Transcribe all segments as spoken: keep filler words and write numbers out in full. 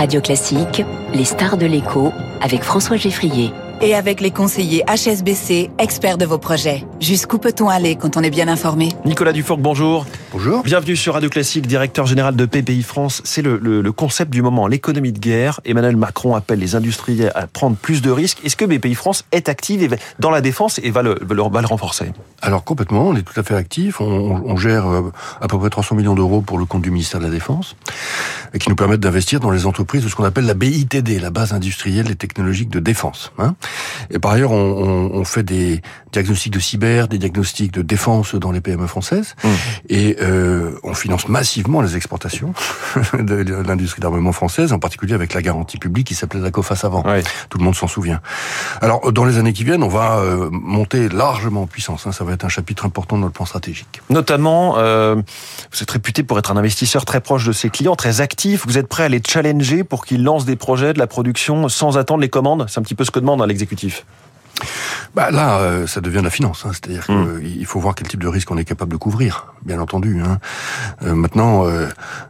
Radio Classique, les stars de l'écho, avec François Geffrier. Et avec les conseillers H S B C, experts de vos projets. Jusqu'où peut-on aller quand on est bien informé ? Nicolas Dufourcq, bonjour. Bonjour. Bienvenue sur Radio Classique, directeur général de B P I France. C'est le, le, le concept du moment, l'économie de guerre. Emmanuel Macron appelle les industriels à prendre plus de risques. Est-ce que B P I France est active dans la défense et va le, va le, va le renforcer ? Alors complètement, on est tout à fait actif. On, on gère à peu près trois cents millions d'euros pour le compte du ministère de la Défense, et qui nous permettent d'investir dans les entreprises de ce qu'on appelle la B I T D, la base industrielle et technologique de défense. Hein. Et par ailleurs, on, on, on fait des diagnostics de cyber, des diagnostics de défense dans les P M E françaises, mmh. et euh, on finance massivement les exportations de l'industrie d'armement française, en particulier avec la garantie publique qui s'appelait la COFAS avant. Ouais. Tout le monde s'en souvient. Alors, dans les années qui viennent, on va euh, monter largement en puissance. Hein. Ça va être un chapitre important dans le plan stratégique. Notamment, euh, vous êtes réputé pour être un investisseur très proche de ses clients, très actif. Vous êtes prêt à les challenger pour qu'ils lancent des projets, de la production, sans attendre les commandes ? C'est un petit peu ce que demande hein, l'exécutif. Bah là, euh, ça devient de la finance, hein. C'est-à-dire mmh. qu'il faut voir quel type de risque on est capable de couvrir, bien entendu. Hein. Euh, maintenant, euh,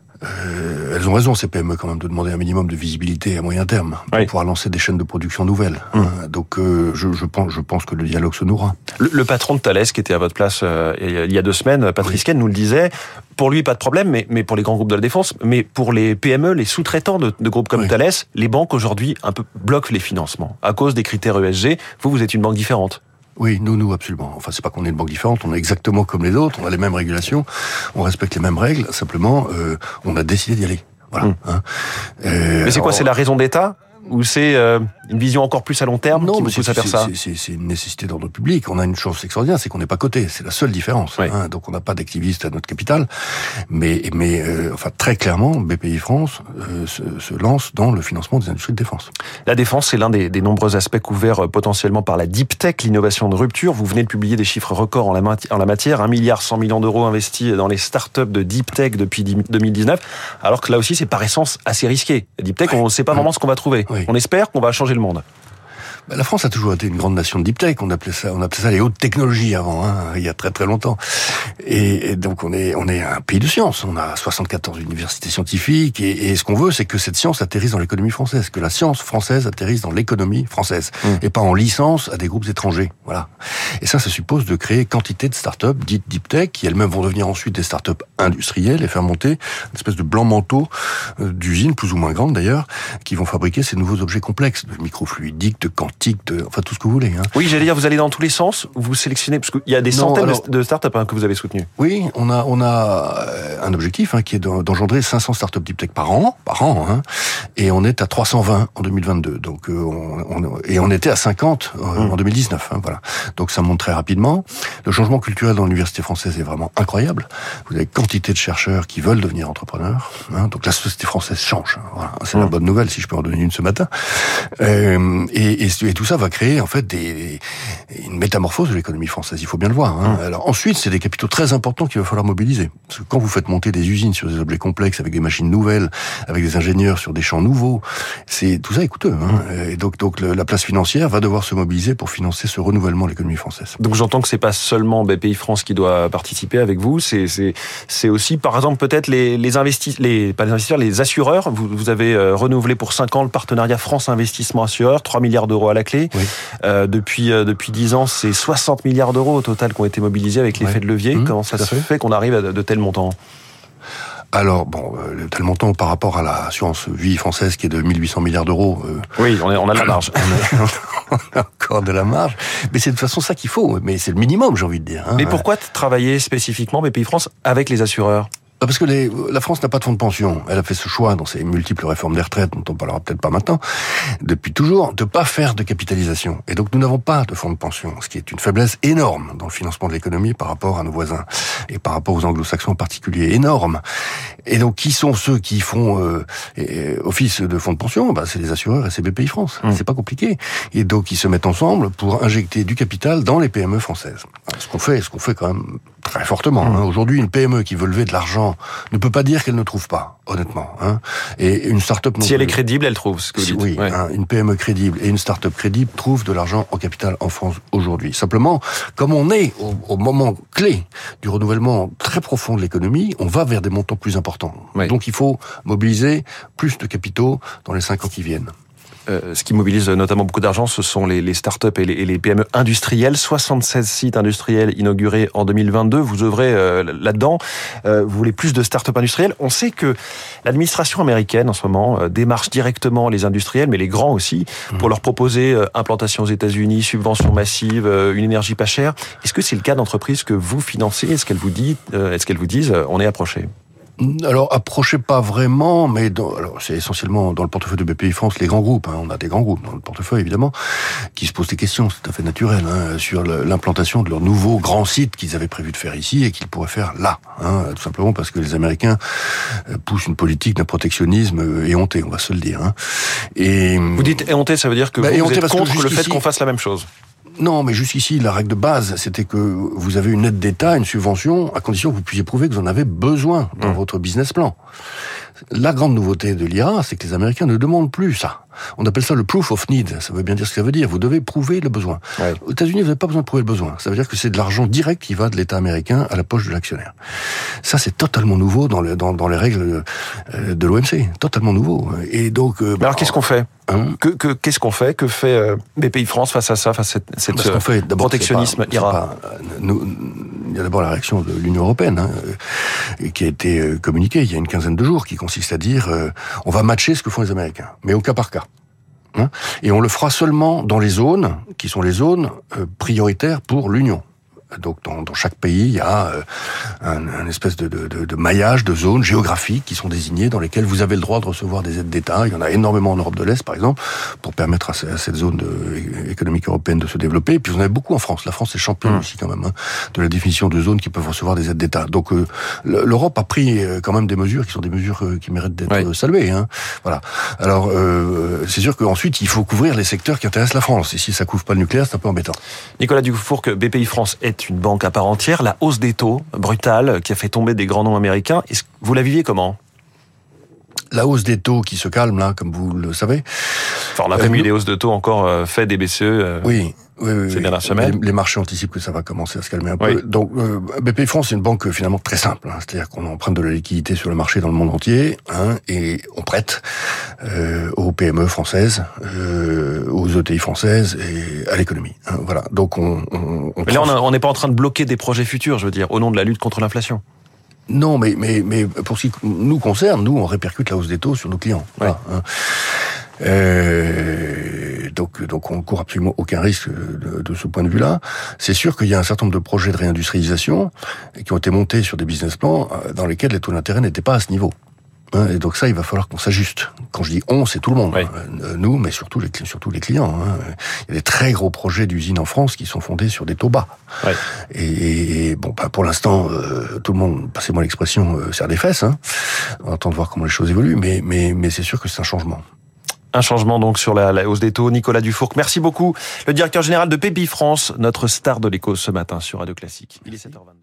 euh, elles ont raison, ces P M E, quand même, de demander un minimum de visibilité à moyen terme pour oui. pouvoir lancer des chaînes de production nouvelles. Mmh. Hein. Donc, euh, je, je pense, je pense que le dialogue se nourra. Le, le patron de Thales, qui était à votre place euh, il y a deux semaines, Patrice oui. Ken, nous le disait. Pour lui, pas de problème, mais, mais pour les grands groupes de la défense, mais pour les P M E, les sous-traitants de, de groupes comme oui. Thales, les banques aujourd'hui un peu bloquent les financements à cause des critères E S G. Vous, vous êtes une banque différente. Oui, nous, nous, absolument. Enfin, c'est pas qu'on est une banque différente, on est exactement comme les autres, on a les mêmes régulations, on respecte les mêmes règles, simplement, euh, on a décidé d'y aller. Voilà. Mmh. Hein. Euh, mais c'est quoi, alors... c'est la raison d'État ? Ou c'est euh, une vision encore plus à long terme non, qui mais vous pousse à faire ça ? c'est, c'est, c'est une nécessité d'ordre public. On a une chance extraordinaire, c'est qu'on n'est pas coté. C'est la seule différence. Oui. Hein. Donc on n'a pas d'activistes à notre capital. Mais, mais euh, enfin très clairement, B P I France euh, se, se lance dans le financement des industries de défense. La défense, c'est l'un des, des nombreux aspects couverts potentiellement par la deep tech, l'innovation de rupture. Vous venez de publier des chiffres records en la, en la matière. un milliard cent millions d'euros investis dans les startups de deep tech depuis deux mille dix-neuf. Alors que là aussi, c'est par essence assez risqué. La deep tech, oui. on ne sait pas oui. vraiment ce qu'on va trouver. Oui. On espère qu'on va changer le monde. La France a toujours été une grande nation de deep tech. On appelait ça, on appelait ça les hautes technologies avant, hein, il y a très très longtemps. Et, et donc on est, on est un pays de science. On a soixante-quatorze universités scientifiques. Et, et ce qu'on veut, c'est que cette science atterrisse dans l'économie française, que la science française atterrisse dans l'économie française, mmh. et pas en licence à des groupes étrangers. Voilà. Et ça, ça suppose de créer quantité de startups dites deep tech, qui elles-mêmes vont devenir ensuite des startups industrielles et faire monter une espèce de blanc manteau d'usines, plus ou moins grandes d'ailleurs, qui vont fabriquer ces nouveaux objets complexes, de microfluidiques, de quantiques, de, enfin tout ce que vous voulez. Hein. Oui, j'allais dire, vous allez dans tous les sens, vous sélectionnez, parce qu'il y a des non, centaines alors, de startups hein, que vous avez soutenues. Oui, on a on a un objectif hein, qui est d'engendrer cinq cents startups deep tech par an, par an, hein, et on est à trois cent vingt en deux mille vingt-deux. Donc euh, on, on, et on était à cinquante euh, mmh. en deux mille dix-neuf. Hein, voilà. Donc ça monte très rapidement. Le changement culturel dans l'université française est vraiment incroyable. Vous avez quantité de chercheurs qui veulent devenir entrepreneurs. Hein, donc la société française change. Hein, voilà. C'est mmh. la bonne nouvelle, si je peux en donner une ce matin. Euh, et, et Et tout ça va créer en fait des, une métamorphose de l'économie française. Il faut bien le voir. Hein. Mmh. Alors ensuite, c'est des capitaux très importants qu'il va falloir mobiliser. Parce que quand vous faites monter des usines sur des objets complexes, avec des machines nouvelles, avec des ingénieurs sur des champs nouveaux, c'est tout ça est coûteux. Hein. Mmh. Et donc, donc le, la place financière va devoir se mobiliser pour financer ce renouvellement de l'économie française. Donc j'entends que c'est pas seulement B P I France qui doit participer avec vous. C'est c'est c'est aussi par exemple peut-être les les investis les pas les investisseurs, les assureurs. Vous vous avez euh, renouvelé pour cinq ans le partenariat France Investissement Assureur, trois milliards d'euros à la clé. Oui. Euh, depuis euh, depuis dix ans, c'est soixante milliards d'euros au total qui ont été mobilisés avec l'effet ouais. de levier. Mmh, Comment ça se fait, fait qu'on arrive à de, de tels montants ? Alors, bon, euh, tel montant par rapport à l'assurance vie française qui est de mille huit cents milliards d'euros. Euh, oui, on, est, on a de la marge. on, a, on a encore de la marge. Mais c'est de toute façon ça qu'il faut. Mais c'est le minimum, j'ai envie de dire. Hein. Mais pourquoi travailler spécifiquement B P I France avec les assureurs ? Parce que les, la France n'a pas de fonds de pension. Elle a fait ce choix dans ses multiples réformes des retraites, dont on parlera peut-être pas maintenant, depuis toujours, de pas faire de capitalisation. Et donc nous n'avons pas de fonds de pension, ce qui est une faiblesse énorme dans le financement de l'économie par rapport à nos voisins et par rapport aux anglo-saxons en particulier, énorme. Et donc qui sont ceux qui font euh, euh, office de fonds de pension ? Ben, c'est les assureurs et c'est B P I France. Mmh. C'est pas compliqué. Et donc ils se mettent ensemble pour injecter du capital dans les P M E françaises. Ce qu'on fait, ce qu'on fait quand même très fortement. Mmh. Hein. Aujourd'hui, une P M E qui veut lever de l'argent ne peut pas dire qu'elle ne trouve pas, honnêtement. Hein. Et une start-up... Si elle est crédible, elle trouve, ce que vous dites. Oui, ouais. hein, une P M E crédible et une start-up crédible trouvent de l'argent au capital en France aujourd'hui. Simplement, comme on est au, au moment clé du renouvellement très profond de l'économie, on va vers des montants plus importants. Oui. Donc il faut mobiliser plus de capitaux dans les cinq ans qui viennent. Euh, ce qui mobilise notamment beaucoup d'argent, ce sont les, les start-up et les, et les P M E industrielles. soixante-seize sites industriels inaugurés en deux mille vingt-deux. Vous œuvrez euh, là-dedans. Euh, vous voulez plus de start-up industrielles. On sait que l'administration américaine, en ce moment, euh, démarche directement les industriels, mais les grands aussi, mmh. pour leur proposer euh, implantation aux États-Unis, subventions massives, euh, une énergie pas chère. Est-ce que c'est le cas d'entreprises que vous financez ? Est-ce qu'elles vous disent, euh, est-ce qu'elles vous disent, euh, on est approché ? Alors, approchez pas vraiment, mais dans, alors c'est essentiellement dans le portefeuille de B P I France les grands groupes. Hein, on a des grands groupes dans le portefeuille, évidemment, qui se posent des questions, c'est tout à fait naturel, hein, sur l'implantation de leur nouveau grand site qu'ils avaient prévu de faire ici et qu'ils pourraient faire là. Hein, tout simplement parce que les Américains poussent une politique d'un protectionnisme éhonté, on va se le dire. Hein. Et vous dites éhonté, ça veut dire que bah, vous, vous êtes contre le fait qu'on fasse la même chose ? Non, mais jusqu'ici, la règle de base, c'était que vous avez une aide d'État, une subvention, à condition que vous puissiez prouver que vous en avez besoin dans mmh. votre business plan. La grande nouveauté de l'I R A, c'est que les Américains ne demandent plus ça. On appelle ça le proof of need. Ça veut bien dire ce que ça veut dire. Vous devez prouver le besoin. Ouais. Aux États-Unis, vous n'avez pas besoin de prouver le besoin. Ça veut dire que c'est de l'argent direct qui va de l'État américain à la poche de l'actionnaire. Ça, c'est totalement nouveau dans, le, dans, dans les règles de l'O M C. Totalement nouveau. Et donc. Euh, Alors, qu'est-ce qu'on fait hein que, que, Qu'est-ce qu'on fait Que fait euh, B P I France face à ça, face à cette, cette euh, fait, protectionnisme I R A pas, nous, Il y a d'abord la réaction de l'Union européenne, hein, qui a été communiquée il y a une quinzaine de jours, qui consiste à dire euh, on va matcher ce que font les Américains, mais au cas par cas. Hein, et on le fera seulement dans les zones qui sont les zones euh, prioritaires pour l'Union. Donc dans, dans chaque pays, il y a euh, un, un espèce de, de, de, de maillage de zones géographiques qui sont désignées dans lesquelles vous avez le droit de recevoir des aides d'État. Il y en a énormément en Europe de l'Est, par exemple, pour permettre à, à cette zone de, économique européenne de se développer. Et puis vous en avez beaucoup en France. La France est championne mmh. aussi quand même hein, de la définition de zones qui peuvent recevoir des aides d'État. Donc euh, l'Europe a pris quand même des mesures qui sont des mesures euh, qui méritent d'être oui. saluées. Hein. Voilà. Alors euh, c'est sûr qu'ensuite il faut couvrir les secteurs qui intéressent la France. Et si ça couvre pas le nucléaire, c'est un peu embêtant. Nicolas Dufourcq, B P I France est une banque à part entière, la hausse des taux brutale qui a fait tomber des grands noms américains. Est-ce que vous la viviez comment ? La hausse des taux qui se calme, là, comme vous le savez. Enfin, on n'a pas euh, eu des hausses de taux encore euh, fait des B C E. Euh, oui. Oui, oui, c'est oui. bien la semaine. Les, les marchés anticipent que ça va commencer à se calmer un oui. peu. Donc, euh, B P I France, c'est une banque finalement très simple. Hein. C'est-à-dire qu'on emprunte de la liquidité sur le marché dans le monde entier, hein, et on prête euh, aux P M E françaises, euh, aux E T I françaises et à l'économie. Hein. Voilà. Donc, on. on, on mais là, on n'est pas en train de bloquer des projets futurs, je veux dire, au nom de la lutte contre l'inflation. Non, mais mais mais pour ce qui nous concerne, nous, on répercute la hausse des taux sur nos clients. Oui. Voilà, hein. Euh, donc, donc on ne court absolument aucun risque de, de ce point de vue-là. C'est sûr qu'il y a un certain nombre de projets de réindustrialisation qui ont été montés sur des business plans dans lesquels les taux d'intérêt n'étaient pas à ce niveau. Et donc ça, il va falloir qu'on s'ajuste. Quand je dis on, c'est tout le monde. Oui. Nous, mais surtout les, surtout les clients. Il y a des très gros projets d'usines en France qui sont fondés sur des taux bas. Oui. Et, et bon, bah, pour l'instant, euh, tout le monde, passez-moi l'expression, euh, serre des fesses. Hein. On attend de voir comment les choses évoluent, mais, mais, mais c'est sûr que c'est un changement. Un changement donc sur la, la hausse des taux. Nicolas Dufourcq, merci beaucoup. Le directeur général de B P I France, notre star de l'écho ce matin sur Radio Classique. Il est sept heures vingt-deux.